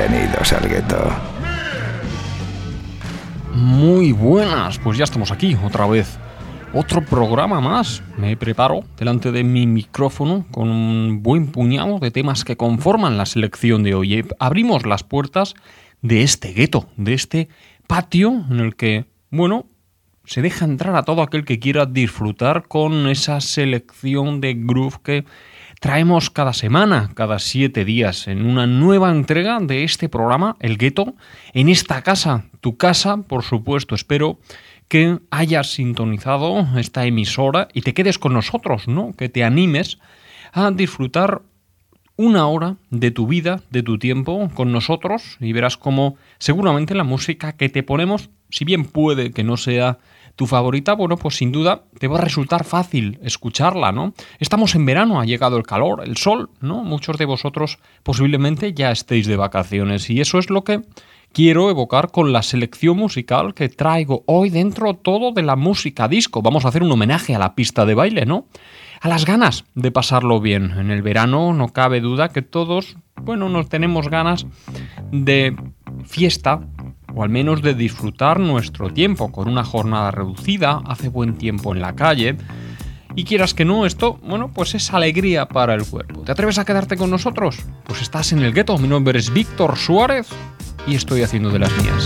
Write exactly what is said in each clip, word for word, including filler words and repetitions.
Bienvenidos al gueto. Muy buenas, pues ya estamos aquí otra vez. Otro programa más. Me preparo delante de mi micrófono con un buen puñado de temas que conforman la selección de hoy. Abrimos las puertas de este gueto, de este patio en el que, bueno, se deja entrar a todo aquel que quiera disfrutar con esa selección de groove que traemos cada semana, cada siete días, en una nueva entrega de este programa, El Gueto, en esta casa, tu casa, por supuesto. Espero que hayas sintonizado esta emisora y te quedes con nosotros, ¿no? Que te animes a disfrutar una hora de tu vida, de tu tiempo con nosotros, y verás cómo seguramente la música que te ponemos, si bien puede que no sea tu favorita, bueno, pues sin duda te va a resultar fácil escucharla, ¿no? Estamos en verano, ha llegado el calor, el sol, ¿no? Muchos de vosotros posiblemente ya estéis de vacaciones y eso es lo que quiero evocar con la selección musical que traigo hoy dentro todo de la música disco. Vamos a hacer un homenaje a la pista de baile, ¿no? A las ganas de pasarlo bien. En el verano no cabe duda que todos, bueno, nos tenemos ganas de fiesta, o al menos de disfrutar nuestro tiempo con una jornada reducida, hace buen tiempo en la calle, y quieras que no, esto, bueno, pues es alegría para el cuerpo. ¿Te atreves a quedarte con nosotros? Pues estás en el gueto. Mi nombre es Víctor Suárez y estoy haciendo de las mías.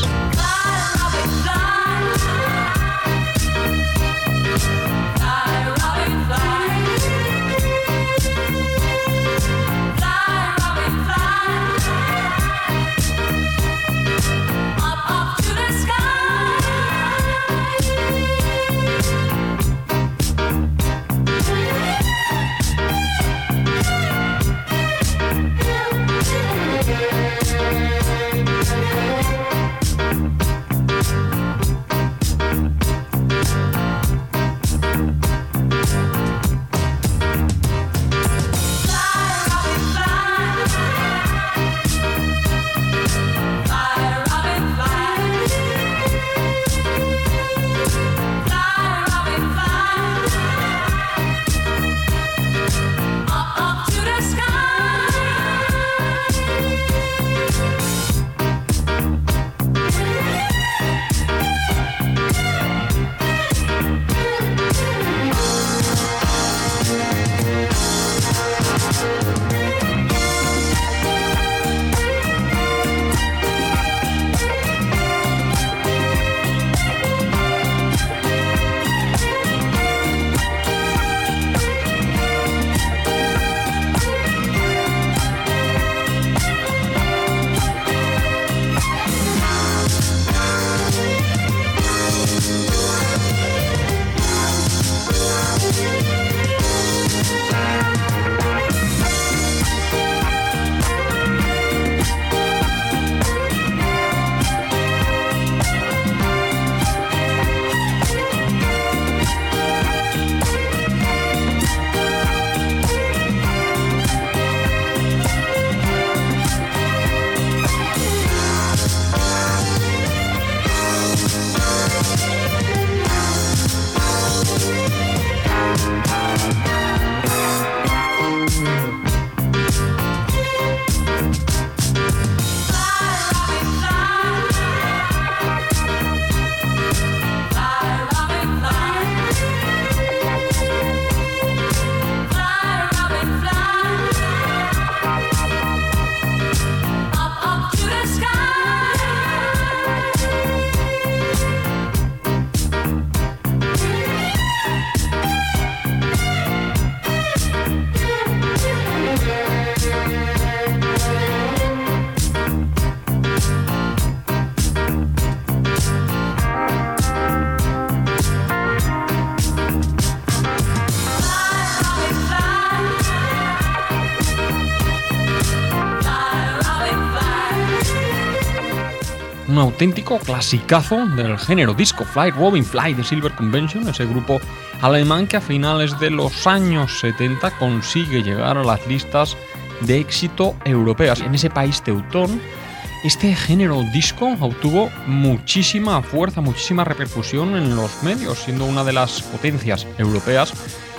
Un auténtico clasicazo del género disco, Fly Robin Fly de Silver Convention, ese grupo alemán que a finales de los años setenta consigue llegar a las listas de éxito europeas. En ese país teutón, este género disco obtuvo muchísima fuerza, muchísima repercusión en los medios, siendo una de las potencias europeas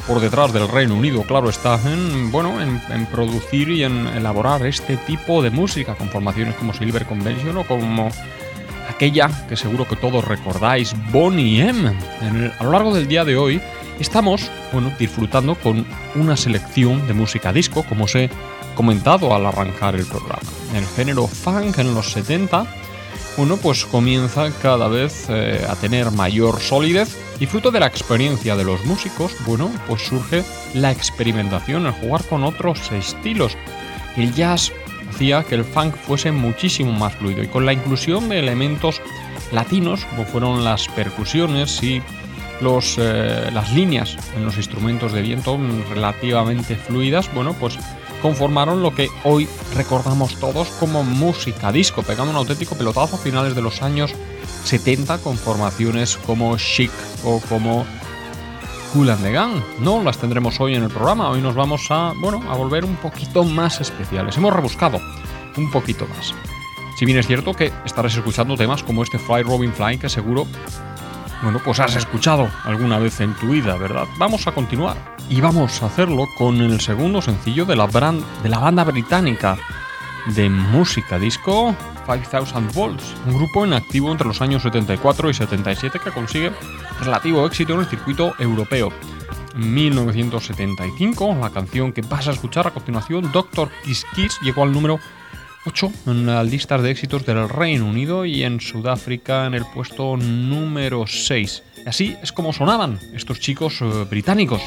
por detrás del Reino Unido, claro está, en, bueno, en, en producir y en elaborar este tipo de música, con formaciones como Silver Convention o como aquella que seguro que todos recordáis, Boney M. En el, a lo largo del día de hoy estamos, bueno, disfrutando con una selección de música disco, como os he comentado al arrancar el programa. El género funk en los setenta, bueno, pues comienza cada vez eh, a tener mayor solidez y fruto de la experiencia de los músicos, bueno, pues surge la experimentación, el jugar con otros estilos. El jazz hacía que el funk fuese muchísimo más fluido y con la inclusión de elementos latinos, como fueron las percusiones y los, eh, las líneas en los instrumentos de viento relativamente fluidas, bueno, pues conformaron lo que hoy recordamos todos como música disco, pegando un auténtico pelotazo a finales de los años setenta con formaciones como Chic o como Kool and the Gang. No las tendremos hoy en el programa, hoy nos vamos a, bueno, a volver un poquito más especiales. Hemos rebuscado un poquito más. Si bien es cierto que estarás escuchando temas como este Fly Robin Fly, que seguro, bueno, pues has escuchado alguna vez en tu vida, ¿verdad? Vamos a continuar y vamos a hacerlo con el segundo sencillo de la, brand, de la banda británica de música disco five thousand Volts, un grupo en activo entre los años setenta y cuatro y setenta y siete que consigue relativo éxito en el circuito europeo. En mil novecientos setenta y cinco, la canción que vas a escuchar a continuación, doctor Kiss Kiss, llegó al número ocho en las listas de éxitos del Reino Unido y en Sudáfrica en el puesto número seis. Y así es como sonaban estos chicos uh, británicos.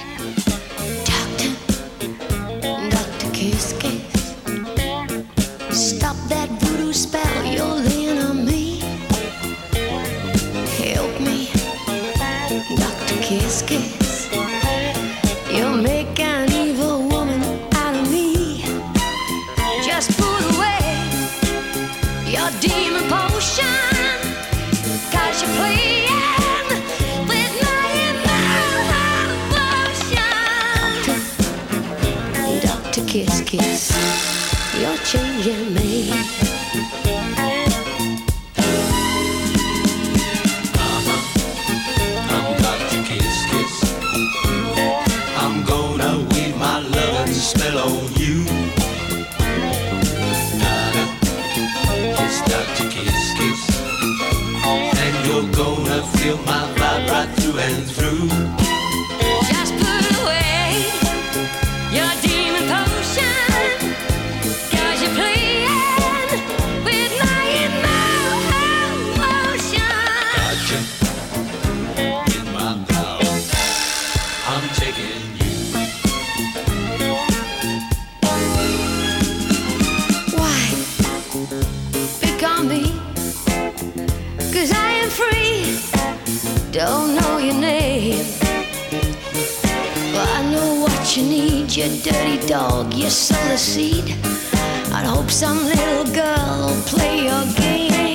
Kiss, kiss, you're changing me. I'm Doctor Kiss, kiss. I'm gonna weave my loving spell on you. It's Doctor Kiss, kiss. And you're gonna feel my vibe right through and through. Just put away your demon potion, 'cause you're playing with my emotion. Gotcha in my power, I'm taking you. Why pick on me? 'Cause I am free, don't know your name, but I know what you need, you dirty dog, you sow the seed. I'd hope some little girl will play your game.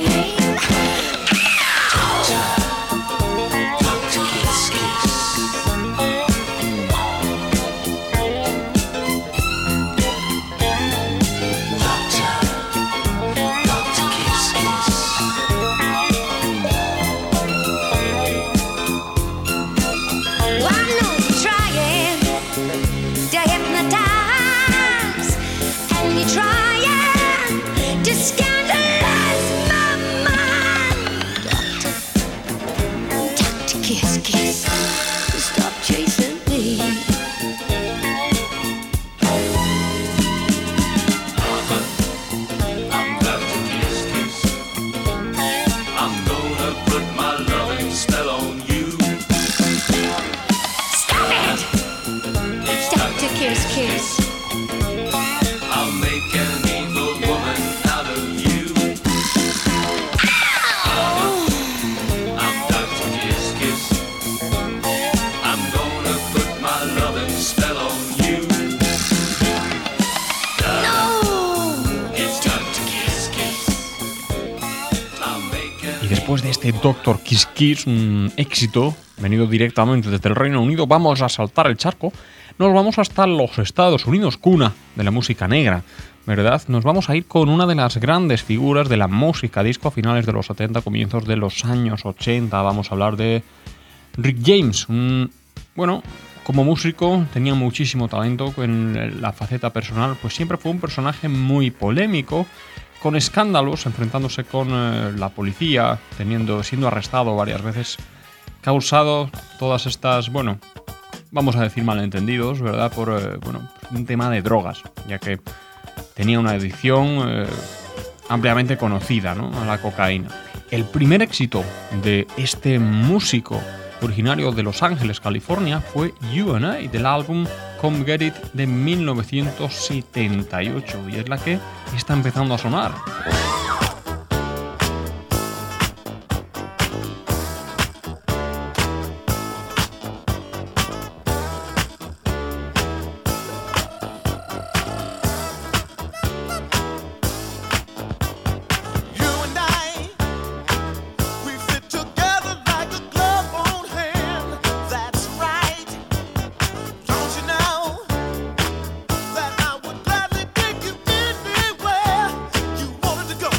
Doctor, Doctor Kiss, kiss. Doctor, Doctor Kiss, kiss. Well, I know you're trying to hypnotize, and you're trying to scandalize my mind. Doctor, Doctor Kiss, kiss, stop chasing me. I'm Doctor Kiss, kiss. I'm gonna put my loving spell on you. Stop it! It's Doctor Kiss, kiss. I'll make an evil woman out of you. Oh. I'm Doctor Kiss, kiss. I'm gonna put my loving spell on you. No. It's Doctor Kiss, kiss. I'll make an Y después de este doctor Kiss Kiss, un éxito venido directamente desde el Reino Unido, vamos a saltar el charco. Nos vamos hasta los Estados Unidos, cuna de la música negra, ¿verdad? Nos vamos a ir con una de las grandes figuras de la música disco a finales de los setenta, comienzos de los años ochenta. Vamos a hablar de Rick James, un, bueno, Como músico tenía muchísimo talento. En la faceta personal pues siempre fue un personaje muy polémico, con escándalos, enfrentándose con eh, la policía, teniendo, siendo arrestado varias veces, causado todas estas, bueno, vamos a decir malentendidos, ¿verdad? Por eh, bueno, un tema de drogas, ya que tenía una adicción eh, ampliamente conocida, ¿no?, a la cocaína. El primer éxito de este músico originario de Los Ángeles, California, fue You and I, del álbum Come Get It de mil novecientos setenta y ocho, y es la que está empezando a sonar. That I would gladly take you anywhere you wanted to go.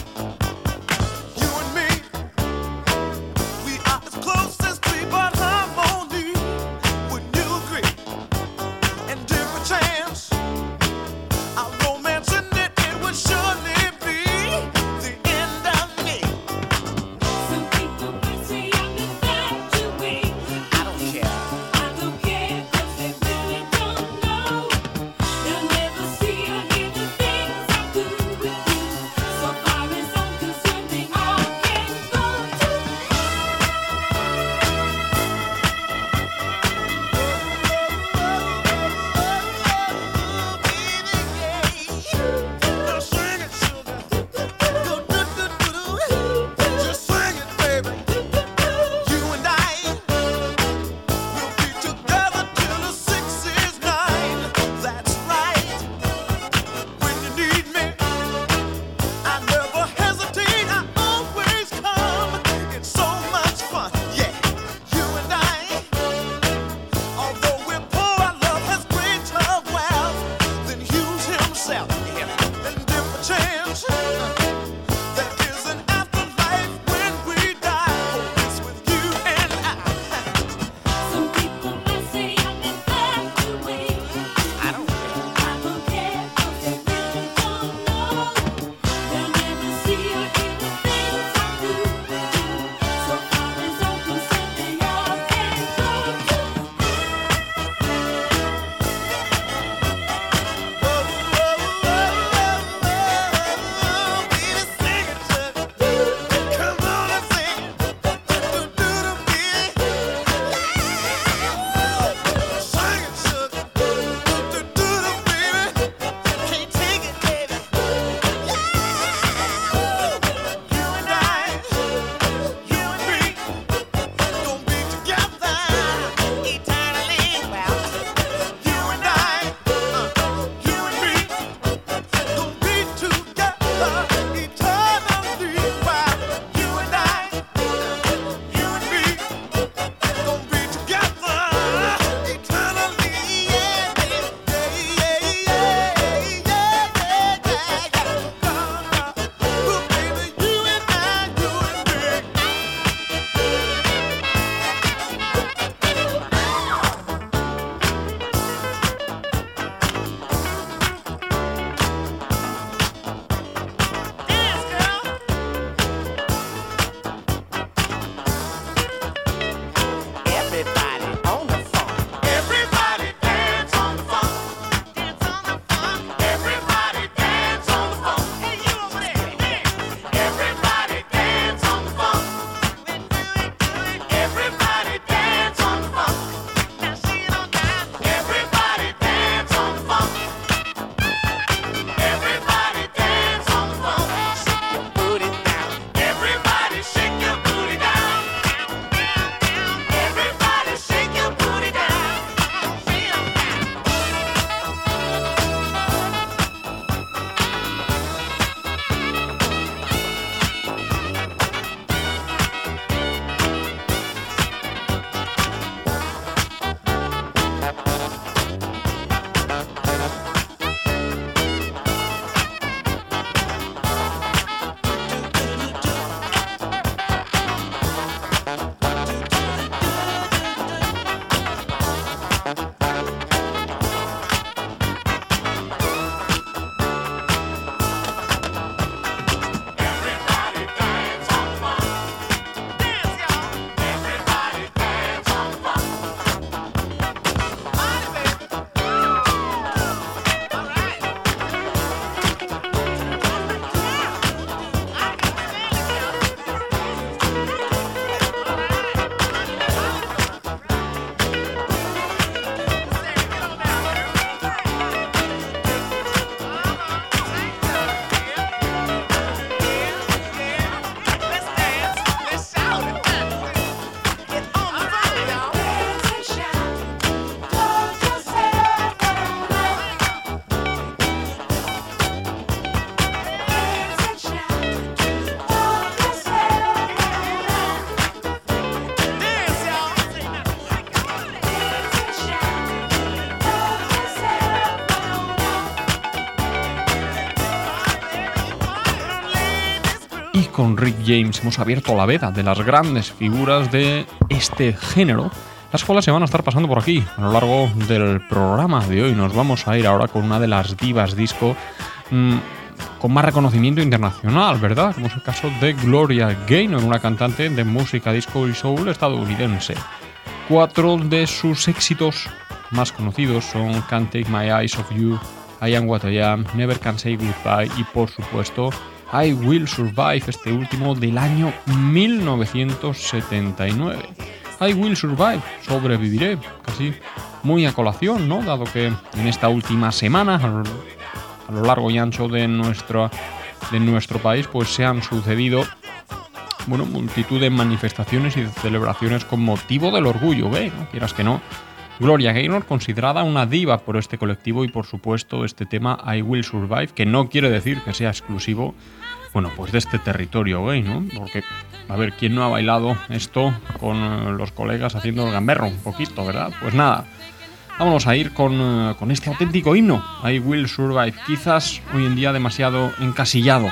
con Rick James hemos abierto la veda de las grandes figuras de este género, las cuales se van a estar pasando por aquí a lo largo del programa de hoy. Nos vamos a ir ahora con una de las divas disco mmm, con más reconocimiento internacional, ¿verdad? Como es el caso de Gloria Gaynor, una cantante de música disco y soul estadounidense. Cuatro de sus éxitos más conocidos son Can't Take My Eyes Off You, I Am What I Am, Never Can Say Goodbye y, por supuesto, I Will Survive, este último del año mil novecientos setenta y nueve. I Will Survive, sobreviviré, casi muy a colación, ¿no? Dado que en esta última semana, a lo largo y ancho de nuestro, de nuestro país, pues se han sucedido, bueno, multitud de manifestaciones y de celebraciones con motivo del orgullo gay, ¿no? Quieras que no. Gloria Gaynor, considerada una diva por este colectivo y, por supuesto, este tema I Will Survive, que no quiere decir que sea exclusivo, bueno, pues de este territorio gay, ¿no? Porque, a ver, ¿quién no ha bailado esto con los colegas haciendo el gamberro un poquito, verdad? Pues nada, vámonos a ir con, con este auténtico himno, I Will Survive, quizás hoy en día demasiado encasillado.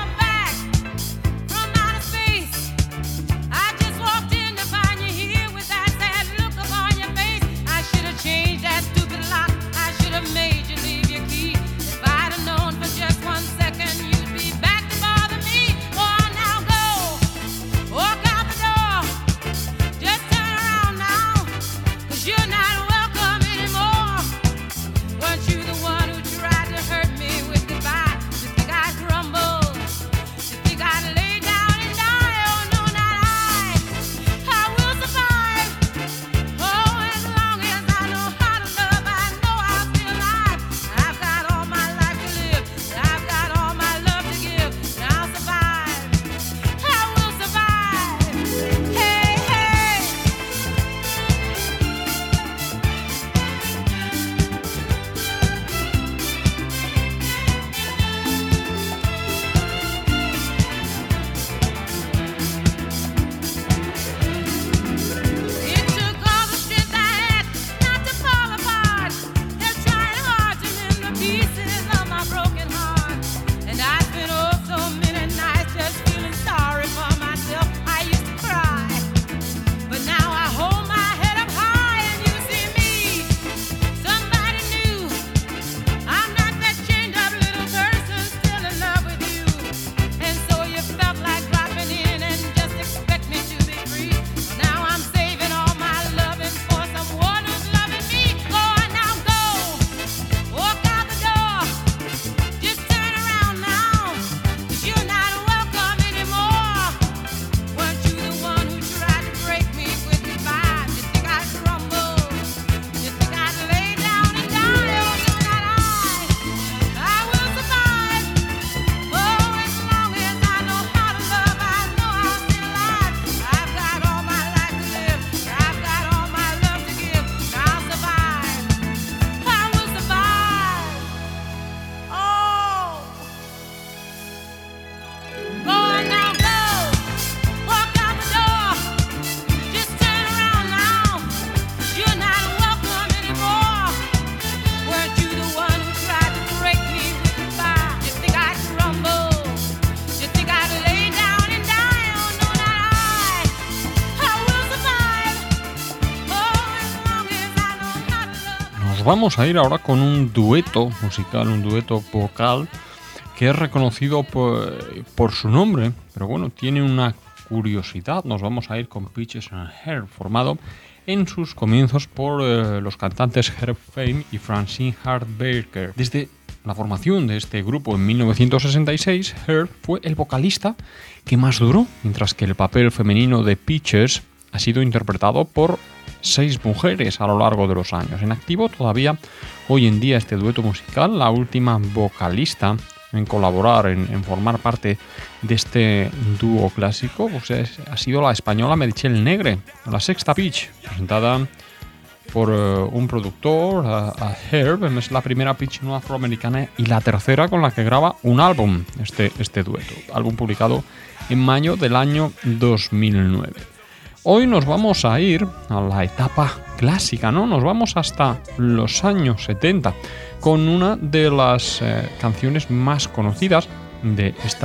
Vamos a ir ahora con un dueto musical, un dueto vocal que es reconocido por, por su nombre, pero bueno, tiene una curiosidad. Nos vamos a ir con Peaches and Herb, formado en sus comienzos por eh, los cantantes Herb Fame y Francine Hart Baker. Desde la formación de este grupo en mil novecientos sesenta y seis, Herb fue el vocalista que más duró, mientras que el papel femenino de Peaches ha sido interpretado por seis mujeres a lo largo de los años. En activo todavía hoy en día este dueto musical, la última vocalista en colaborar, en, en formar parte de este dúo clásico, pues es, ha sido la española Meritxell Negre, la sexta Peach, presentada por uh, un productor, uh, a Herb. Es la primera Peach no afroamericana y la tercera con la que graba un álbum, este, este dueto, álbum publicado en mayo del año dos mil nueve. Hoy nos vamos a ir a la etapa clásica, ¿no? Nos vamos hasta los años setenta con una de las eh, canciones más conocidas de esta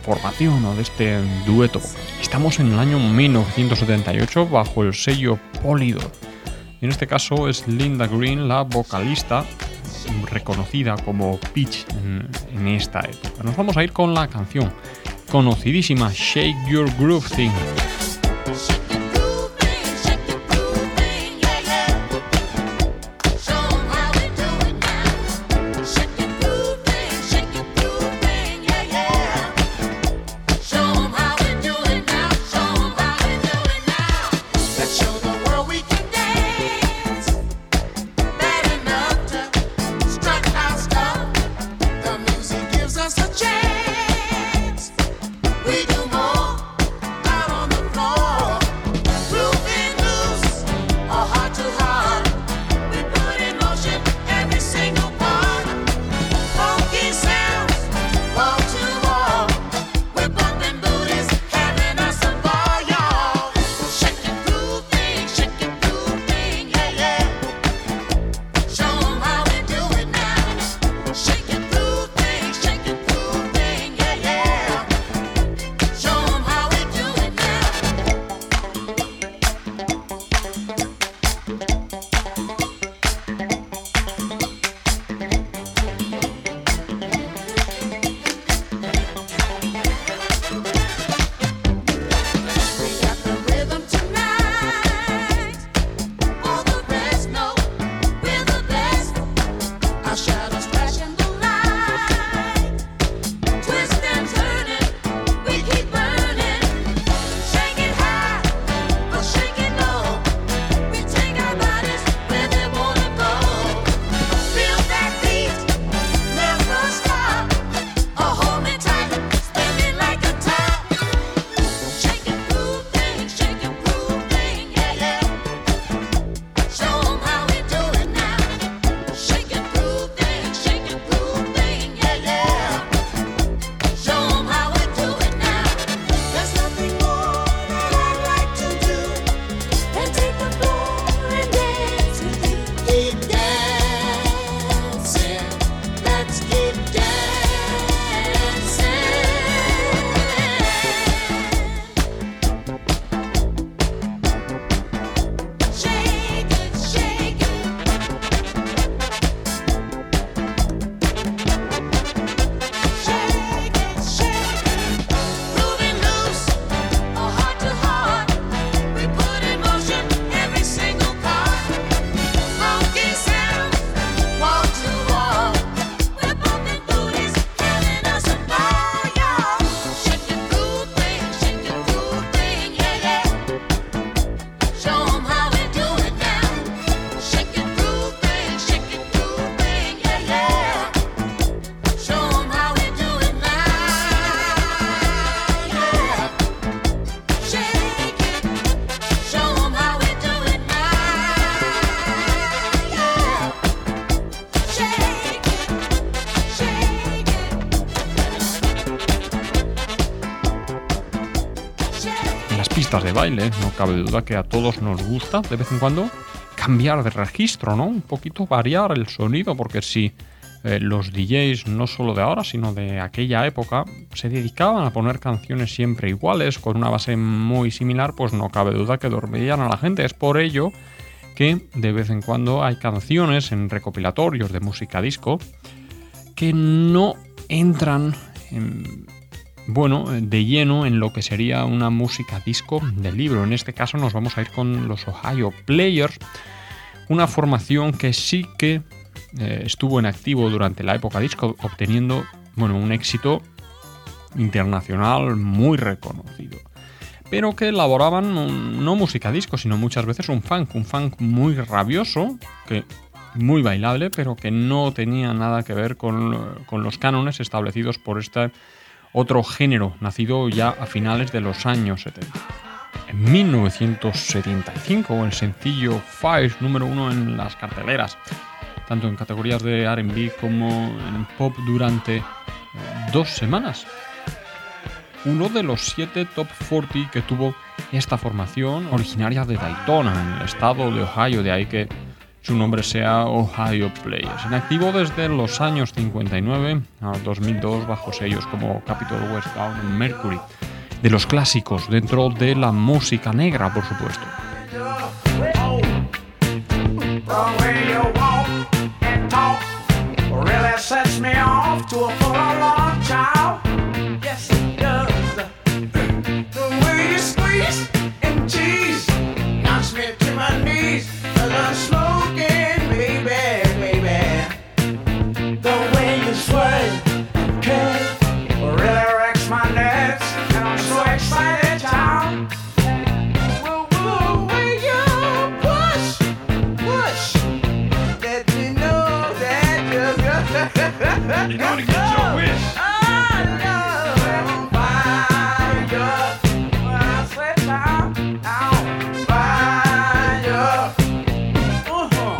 formación o de este dueto. Estamos en el año mil novecientos setenta y ocho bajo el sello Polydor. En este caso es Linda Green la vocalista, reconocida como Peach en, en esta época. Nos vamos a ir con la canción conocidísima Shake Your Groove Thing. De baile, no cabe duda que a todos nos gusta de vez en cuando cambiar de registro, ¿no? Un poquito variar el sonido, porque si eh, los D Js, no solo de ahora, sino de aquella época, se dedicaban a poner canciones siempre iguales, con una base muy similar, pues no cabe duda que dormían a la gente. Es por ello que de vez en cuando hay canciones en recopilatorios de música disco que no entran en... bueno, de lleno en lo que sería una música disco de libro. En este caso nos vamos a ir con los Ohio Players, una formación que sí que eh, estuvo en activo durante la época disco, obteniendo, bueno, un éxito internacional muy reconocido, pero que elaboraban un, no música disco, sino muchas veces un funk, un funk muy rabioso, que muy bailable, pero que no tenía nada que ver con, con los cánones establecidos por este otro género, nacido ya a finales de los años setenta. En mil novecientos setenta y cinco, el sencillo Fire, número uno en las carteleras, tanto en categorías de R and B como en pop durante eh, dos semanas. Uno de los siete top cuarenta que tuvo esta formación originaria de Daytona, en el estado de Ohio, de ahí que su nombre sea Ohio Players. En activo desde los años cincuenta y nueve a dos mil dos bajo sellos como Capitol Westbound y Mercury. De los clásicos dentro de la música negra, por supuesto. You're gonna get your wish. I know. Fire. When I say down, down. Fire. Uh-huh.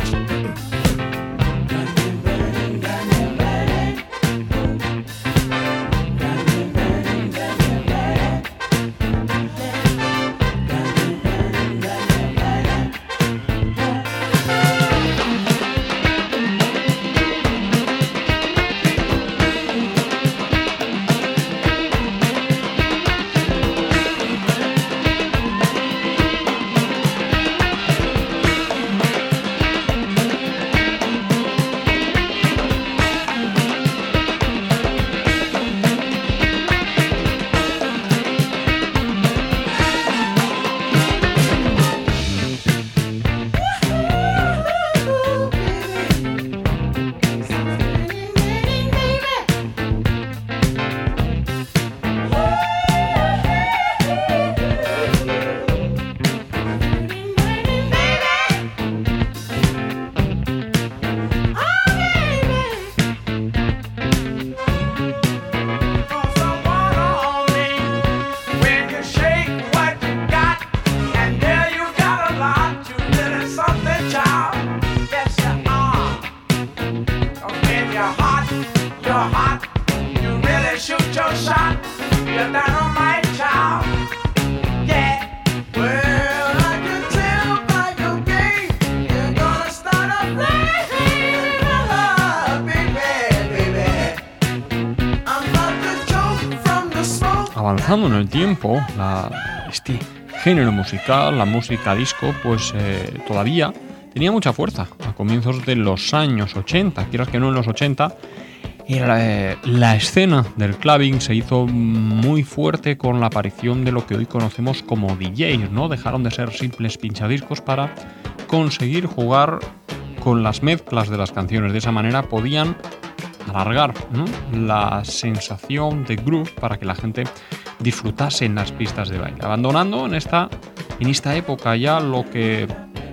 Avanzando en el tiempo, la, este género musical, la música disco, pues eh, todavía tenía mucha fuerza. A comienzos de los años ochenta, quieras que no, en los ochenta, era, eh, la escena del clubbing se hizo muy fuerte con la aparición de lo que hoy conocemos como D Js, ¿no? Dejaron de ser simples pinchadiscos para conseguir jugar con las mezclas de las canciones. De esa manera podían alargar, ¿no?, la sensación de groove para que la gente disfrutase en las pistas de baile, abandonando en esta, en esta época ya lo que eh,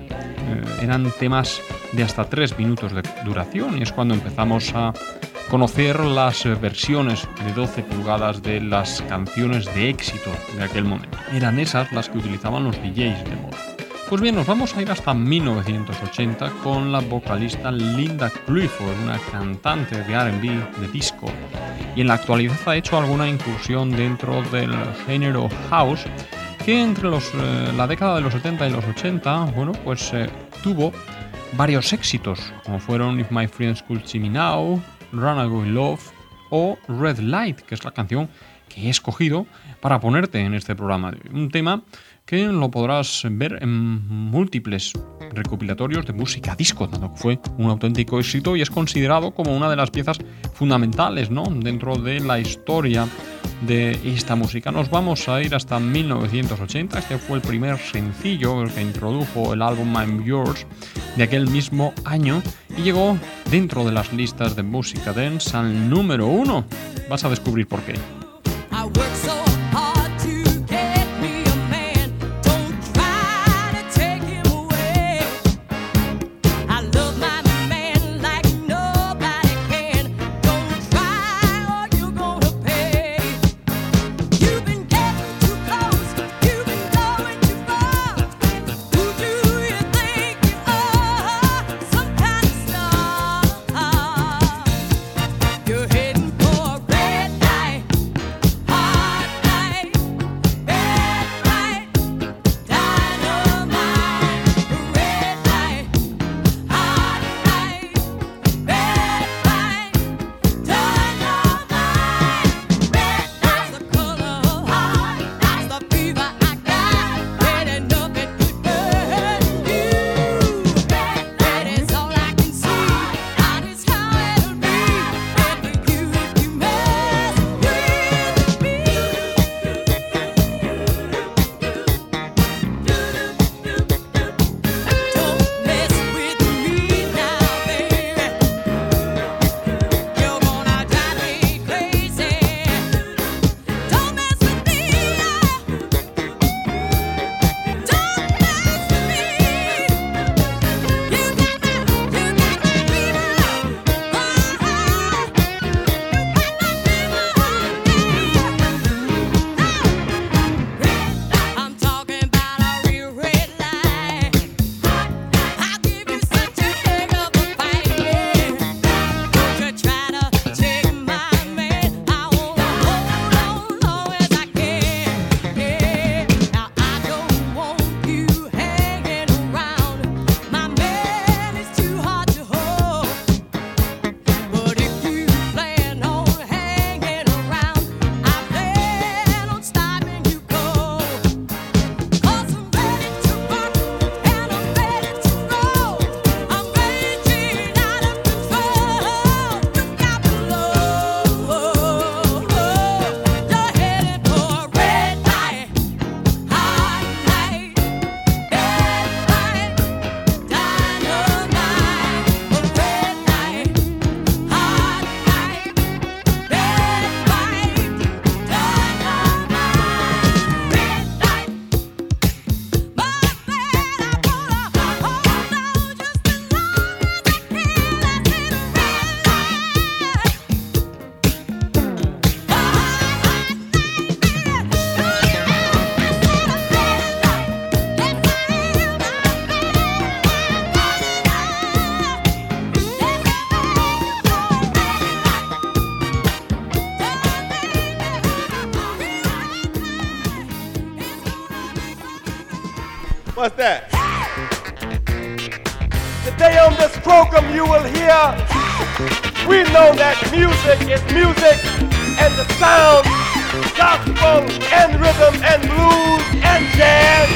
eran temas de hasta tres minutos de duración, y es cuando empezamos a conocer las versiones de doce pulgadas de las canciones de éxito de aquel momento. Eran esas las que utilizaban los D Js de moda. Pues bien, nos vamos a ir hasta mil novecientos ochenta con la vocalista Linda Clifford, una cantante de R and B, de disco, y en la actualidad ha hecho alguna incursión dentro del género house, que entre los, eh, la década de los setenta y los ochenta, bueno, pues eh, tuvo varios éxitos, como fueron If My Friends Could See Me Now, Runaway Love o Red Light, que es la canción que he escogido para ponerte en este programa de hoy. Un tema que lo podrás ver en múltiples recopilatorios de música disco, dado que fue un auténtico éxito y es considerado como una de las piezas fundamentales, ¿no?, dentro de la historia de esta música. Nos vamos a ir hasta mil novecientos ochenta, este fue el primer sencillo, el que introdujo el álbum I'm Yours de aquel mismo año, y llegó dentro de las listas de música dance al número uno. Vas a descubrir por qué. You're heading for a red light. What's that? Today on this program you will hear, we know that music is music, and the sound, gospel, and rhythm, and blues, and jazz.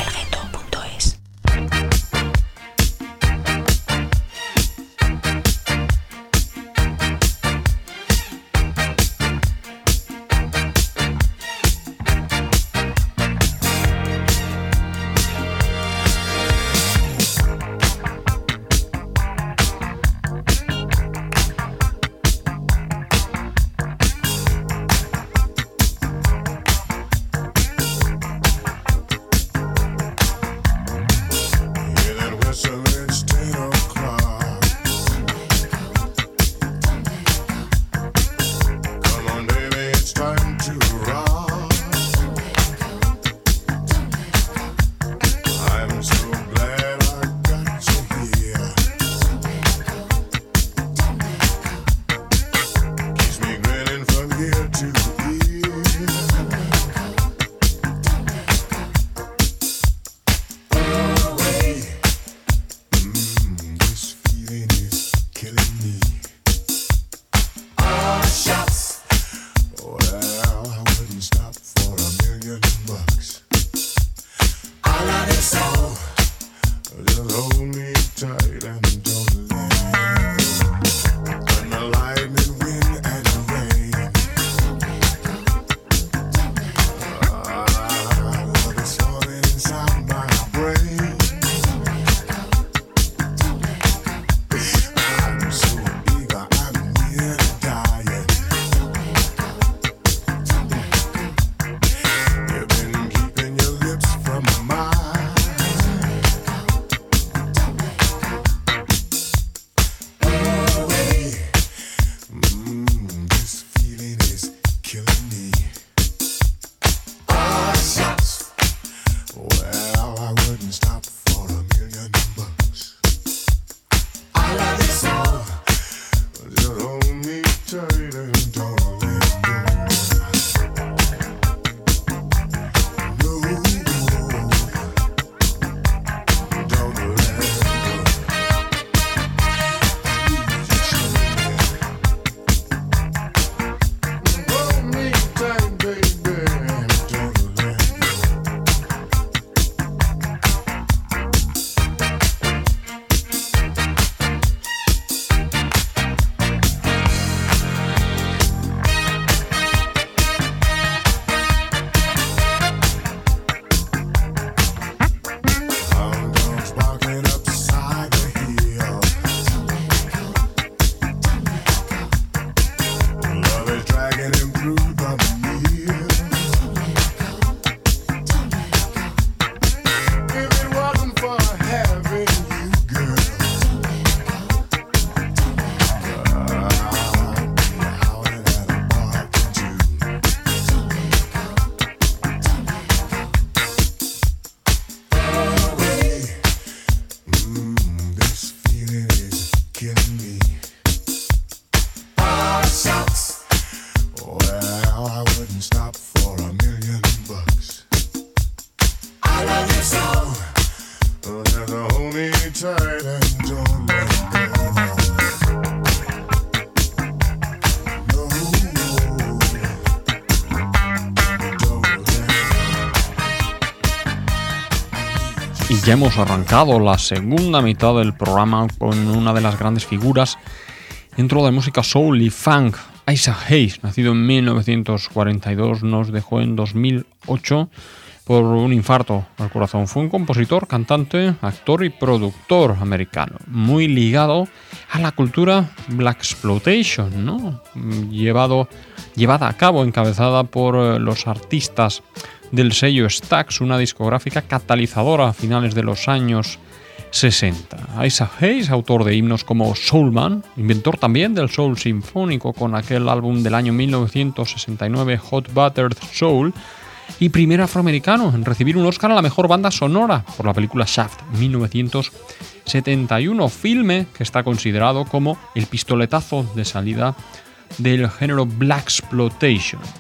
Y ya hemos arrancado la segunda mitad del programa con una de las grandes figuras dentro de la música soul y funk. Isaac Hayes, nacido en mil novecientos cuarenta y dos, nos dejó en dos mil ocho por un infarto al corazón. Fue un compositor, cantante, actor y productor americano, muy ligado a la cultura blaxploitation, ¿no? Llevado, llevada a cabo, encabezada por los artistas del sello Stax, una discográfica catalizadora a finales de los años sesenta. Isaac Hayes, autor de himnos como Soulman, inventor también del soul sinfónico con aquel álbum del año mil novecientos sesenta y nueve, Hot Buttered Soul, y primer afroamericano en recibir un Oscar a la mejor banda sonora por la película Shaft, mil novecientos setenta y uno, filme que está considerado como el pistoletazo de salida del género blaxploitation.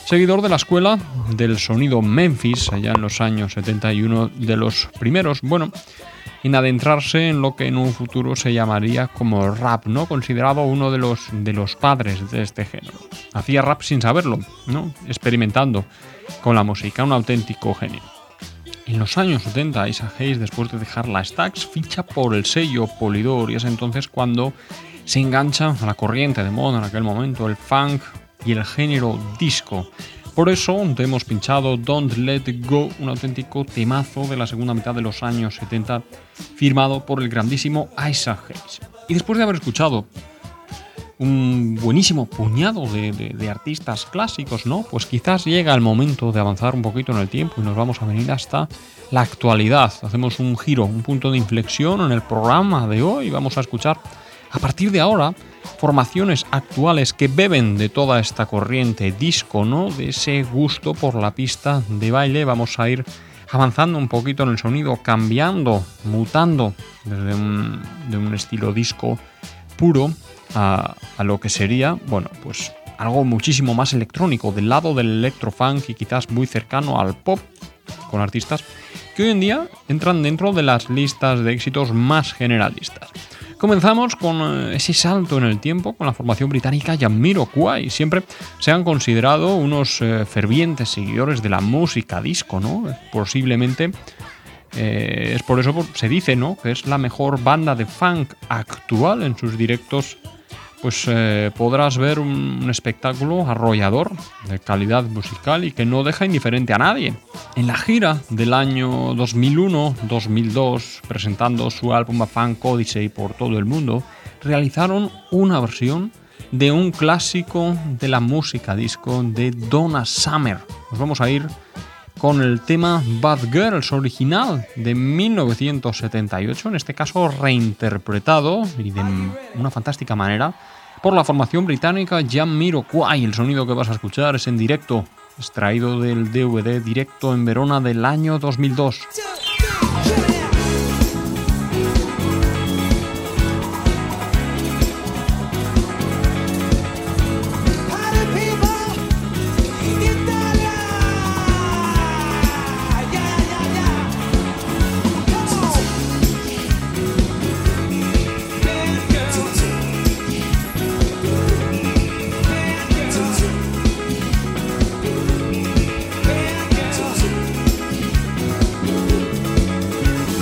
Seguidor de la escuela del sonido Memphis, allá en los años setenta y uno de los primeros, bueno, en adentrarse en lo que en un futuro se llamaría como rap, ¿no? Considerado uno de los, de los padres de este género. Hacía rap sin saberlo, ¿no? Experimentando con la música, un auténtico genio. En los años setenta, Isaac Hayes, después de dejar la Stax, ficha por el sello Polydor y es entonces cuando se engancha a la corriente de moda en aquel momento, el funk y el género disco. Por eso te hemos pinchado Don't Let It Go, un auténtico temazo de la segunda mitad de los años setenta, firmado por el grandísimo Isaac Hayes. Y después de haber escuchado un buenísimo puñado de, de, de artistas clásicos, ¿no? Pues quizás llega el momento de avanzar un poquito en el tiempo y nos vamos a venir hasta la actualidad. Hacemos un giro, un punto de inflexión en el programa de hoy. Vamos a escuchar a partir de ahora formaciones actuales que beben de toda esta corriente disco, ¿no? De ese gusto por la pista de baile. Vamos a ir avanzando un poquito en el sonido, cambiando, mutando desde un, de un estilo disco puro a, a lo que sería, bueno, pues algo muchísimo más electrónico, del lado del electrofunk y quizás muy cercano al pop, con artistas que hoy en día entran dentro de las listas de éxitos más generalistas. Comenzamos con ese salto en el tiempo con la formación británica Jamiroquai. Siempre se han considerado unos eh, fervientes seguidores de la música disco, ¿no? Posiblemente eh, es por eso se dice, ¿no?, que es la mejor banda de funk actual. En sus directos pues eh, podrás ver un, un espectáculo arrollador de calidad musical y que no deja indiferente a nadie. En la gira del año dos mil uno dos mil dos, presentando su álbum A Funk Odyssey por todo el mundo, realizaron una versión de un clásico de la música disco de Donna Summer. Nos vamos a ir con el tema Bad Girls original de mil novecientos setenta y ocho, en este caso reinterpretado y de una fantástica manera por la formación británica Jamiroquai. El sonido que vas a escuchar es en directo, extraído del D V D Directo en Verona del año dos mil dos. Bad girls.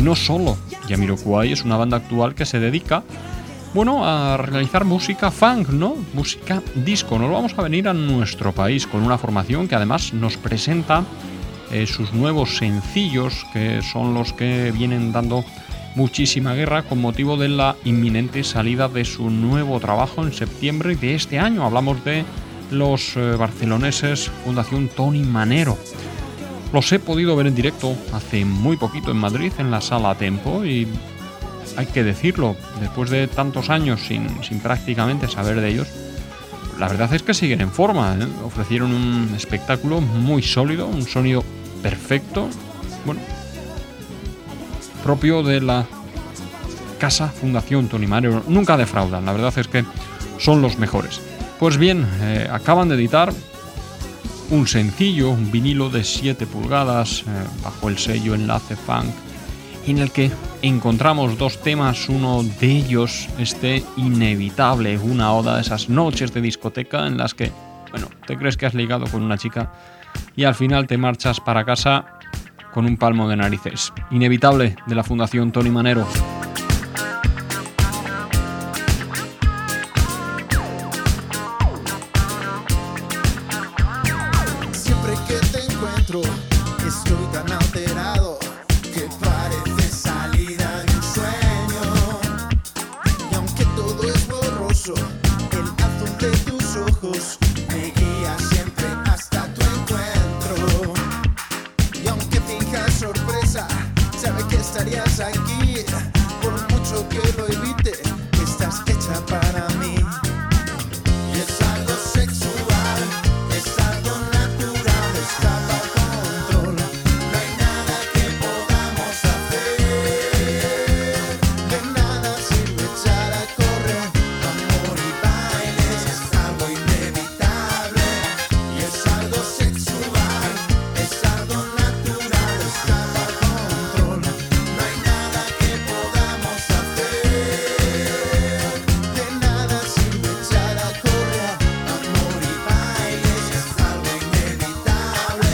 no solo. Jamiroquai es una banda actual que se dedica, bueno, a realizar música funk, ¿no? Música disco. Nos vamos a venir a nuestro país con una formación que además nos presenta eh, sus nuevos sencillos, que son los que vienen dando muchísima guerra con motivo de la inminente salida de su nuevo trabajo en septiembre de este año. Hablamos de los eh, barceloneses Fundación Tony Manero. Los he podido ver en directo hace muy poquito en Madrid, en la Sala Tempo, y hay que decirlo, después de tantos años sin, sin prácticamente saber de ellos, la verdad es que siguen en forma, ¿eh? Ofrecieron un espectáculo muy sólido, un sonido perfecto, bueno, propio de la Casa Fundación Tony Manero. Nunca defraudan, la verdad es que son los mejores. Pues bien, eh, acaban de editar un sencillo, un vinilo de siete pulgadas, eh, bajo el sello Enlace Funk, en el que encontramos dos temas. Uno de ellos, este Inevitable, una oda de esas noches de discoteca en las que, bueno, te crees que has ligado con una chica y al final te marchas para casa con un palmo de narices. Inevitable, de la Fundación Tony Manero. Siempre que te encuentro estoy tan alterado que parece salida de un sueño. Y aunque todo es borroso, el azul de tus ojos me guía siempre hasta tu encuentro. Y aunque finjas sorpresa, sabe que estarías aquí. Por mucho que lo evite, estás hecha para mí. Y es algo sexual, es algo natural, escapa al control. No hay nada que podamos hacer, de nada sirve echar a correr. Amor y bailes es algo inevitable. Y es algo sexual, es algo natural, escapa al control. No hay nada que podamos hacer, de nada sirve echar a correr. Amor y bailes es algo inevitable.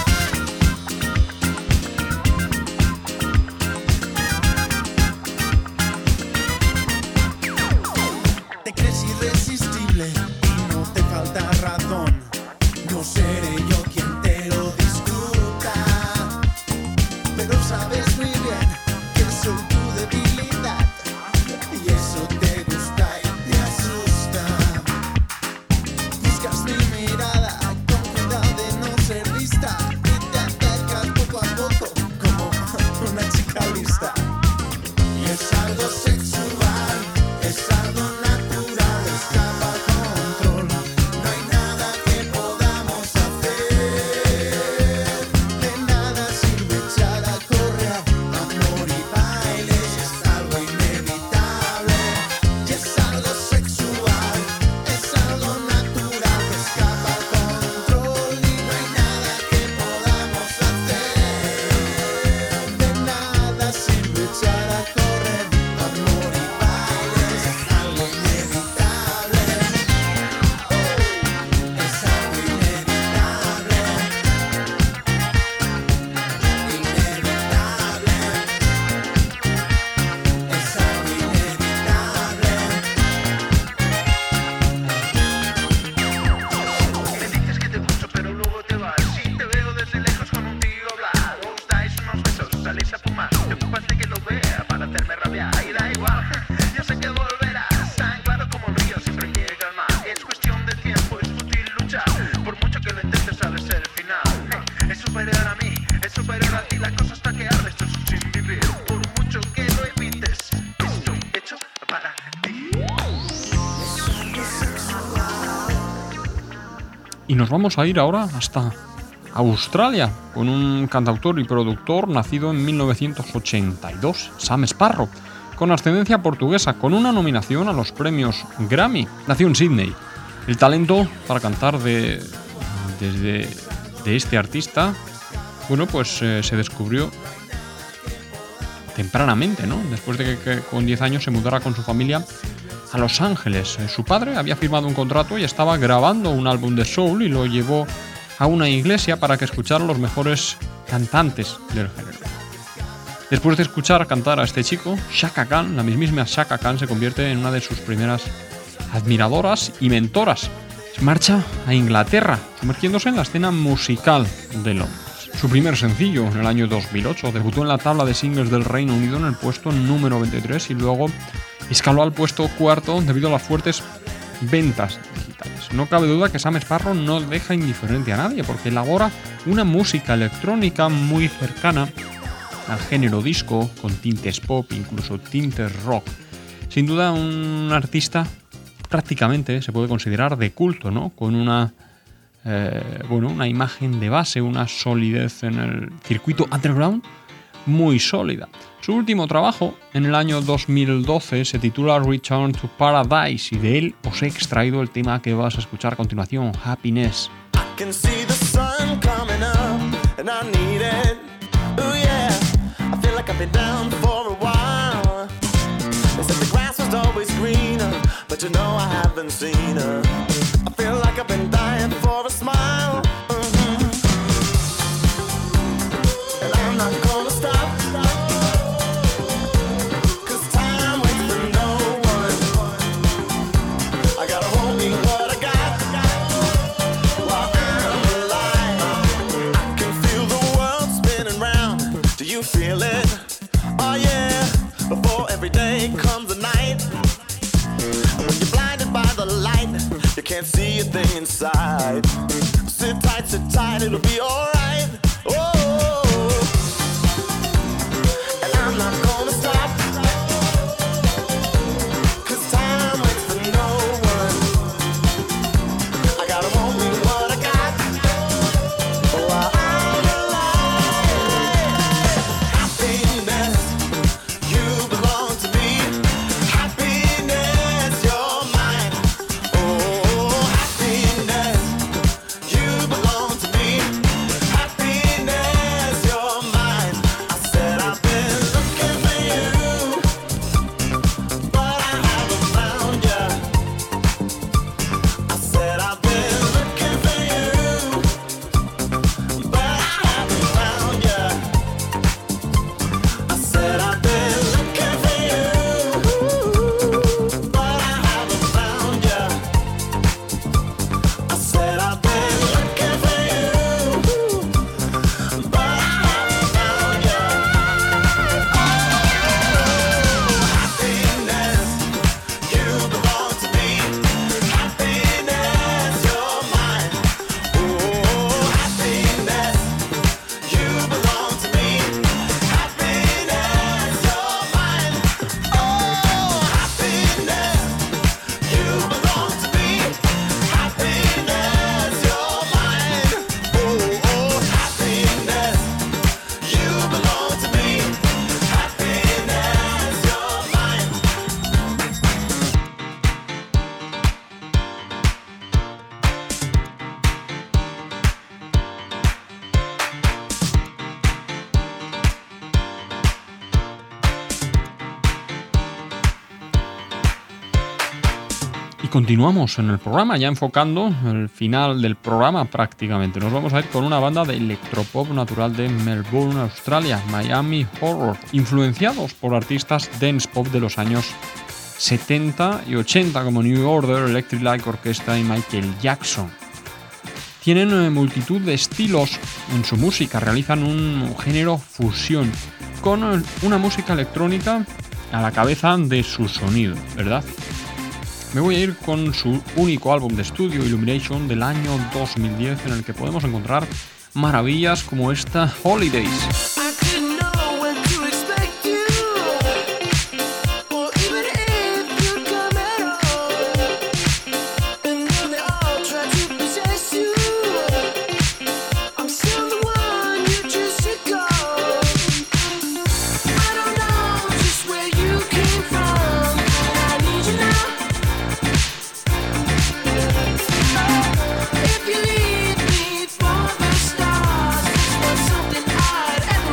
Te crees irresistible y no te falta razón. No seré yo quien te lo discuta, pero sabes muy bien que soy tu debilidad y eso te gusta y te asusta. Buscas mi mirada con cuidado de no ser vista y te acercas poco a poco como una chica lista. Y es algo sexual, es algo natural, escapa al control. No hay nada que podamos hacer, de nada sirve echar a correr. Amor y bailes es algo inevitable. Y es algo sexual, es algo natural, escapa al control. Y no hay nada que podamos hacer, de nada sirve echar a correr. Amor y bailes es algo inevitable. Es algo inevitable. Inevitable. Es algo inevitable. Me dices que te gusto pero luego te vas. Si te veo desde lejos con un tío hablar, os dais unos besos, salís a fumar. Te ocupas de que lo vea para hacerme rabiar. Y da igual, yo sé que volverás. Tan claro como el río siempre llega al mar. Es cuestión de tiempo, es fútil luchar. Por mucho que lo intentes sabe ser el final. Es superior a mí, es superior a ti. La cosa está que arde, esto es un sin vivir. Por mucho que lo evites, estoy hecho para ti. Y nos vamos a ir ahora hasta Australia con un cantautor y productor nacido en mil novecientos ochenta y dos, Sam Sparro, con ascendencia portuguesa, con una nominación a los premios Grammy. Nació en Sydney. El talento para cantar de, desde, de este artista, bueno, pues eh, se descubrió tempranamente, ¿no? Después de que, que con diez años se mudara con su familia a Los Ángeles. Eh, su padre había firmado un contrato y estaba grabando un álbum de soul y lo llevó a una iglesia para que escucharan los mejores cantantes del género. Después de escuchar cantar a este chico, Chaka Khan, la mismísima Chaka Khan, se convierte en una de sus primeras admiradoras y mentoras. Se marcha a Inglaterra, sumergiéndose en la escena musical de Londres. Su primer sencillo, en el año dos mil ocho, debutó en la tabla de singles del Reino Unido en el puesto número veintitrés y luego escaló al puesto cuarto debido a las fuertes ventas digitales. No cabe duda que Sam Sparro no deja indiferente a nadie porque elabora una música electrónica muy cercana al género disco, con tintes pop, incluso tintes rock. Sin duda un artista prácticamente se puede considerar de culto, ¿no? Con una, eh, bueno, una imagen de base, una solidez en el circuito underground muy sólida. Su último trabajo, en el año dos mil doce, se titula Return to Paradise y de él os he extraído el tema que vas a escuchar a continuación, Happiness. I can see the sun coming up and I need it. Ooh yeah, I feel like I've been down for a while. They said the grass was always greener, but you know I haven't seen her. I feel like I've been dying for a smile. Mm-hmm. And I'm not gonna stop. Feel it, oh yeah, before every day comes a night. And when you're blinded by the light, you can't see a thing inside. Sit tight, sit tight, it'll be alright. Oh, and I'm not gonna stop, 'cause time waits for no one. I gotta want me what I got. Oh, I Continuamos en el programa, ya enfocando el final del programa prácticamente. Nos vamos a ir con una banda de electropop natural de Melbourne, Australia, Miami Horror, influenciados por artistas dance pop de los años setenta y ochenta como New Order, Electric Light Orchestra y Michael Jackson. Tienen eh, multitud de estilos en su música, realizan un género fusión con una música electrónica a la cabeza de su sonido, ¿verdad? Me voy a ir con su único álbum de estudio, Illumination, del año dos mil diez, en el que podemos encontrar maravillas como esta Holidays. If you leave me for the stars, it's not something I'd ever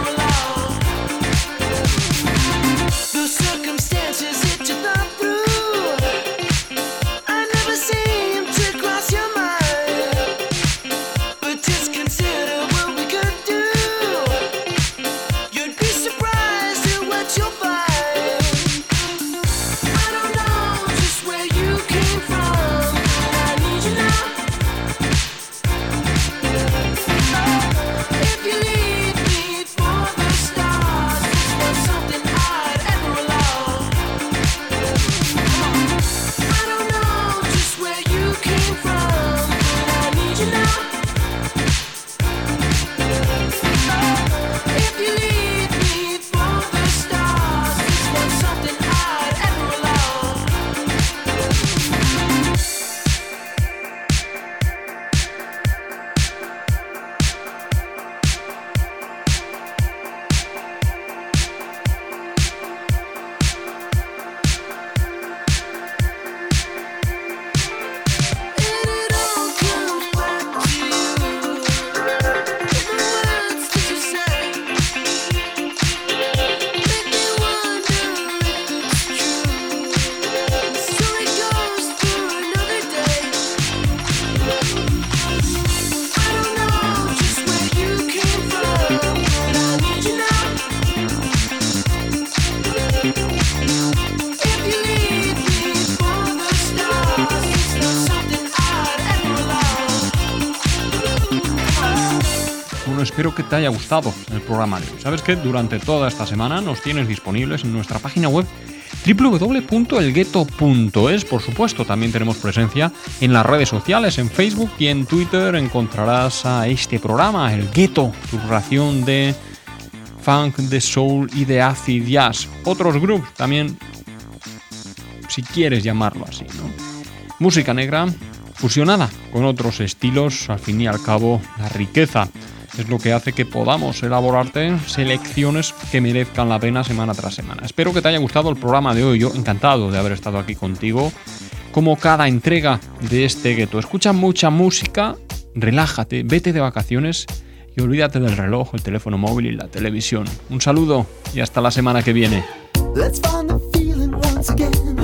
espero que te haya gustado el programa de hoy. Sabes que durante toda esta semana nos tienes disponibles en nuestra página web doble u doble u doble u punto el gueto punto es. Por supuesto, también tenemos presencia en las redes sociales, en Facebook y en Twitter encontrarás a este programa, El Gueto, tu ración de funk, de soul y de acid jazz. Otros grupos también, si quieres llamarlo así, ¿no? Música negra fusionada con otros estilos, al fin y al cabo la riqueza es lo que hace que podamos elaborarte selecciones que merezcan la pena semana tras semana. Espero que te haya gustado el programa de hoy. Yo encantado de haber estado aquí contigo, como cada entrega de este gueto. Escucha mucha música, relájate, vete de vacaciones y olvídate del reloj, el teléfono móvil y la televisión. Un saludo y hasta la semana que viene. Let's find the feeling once again.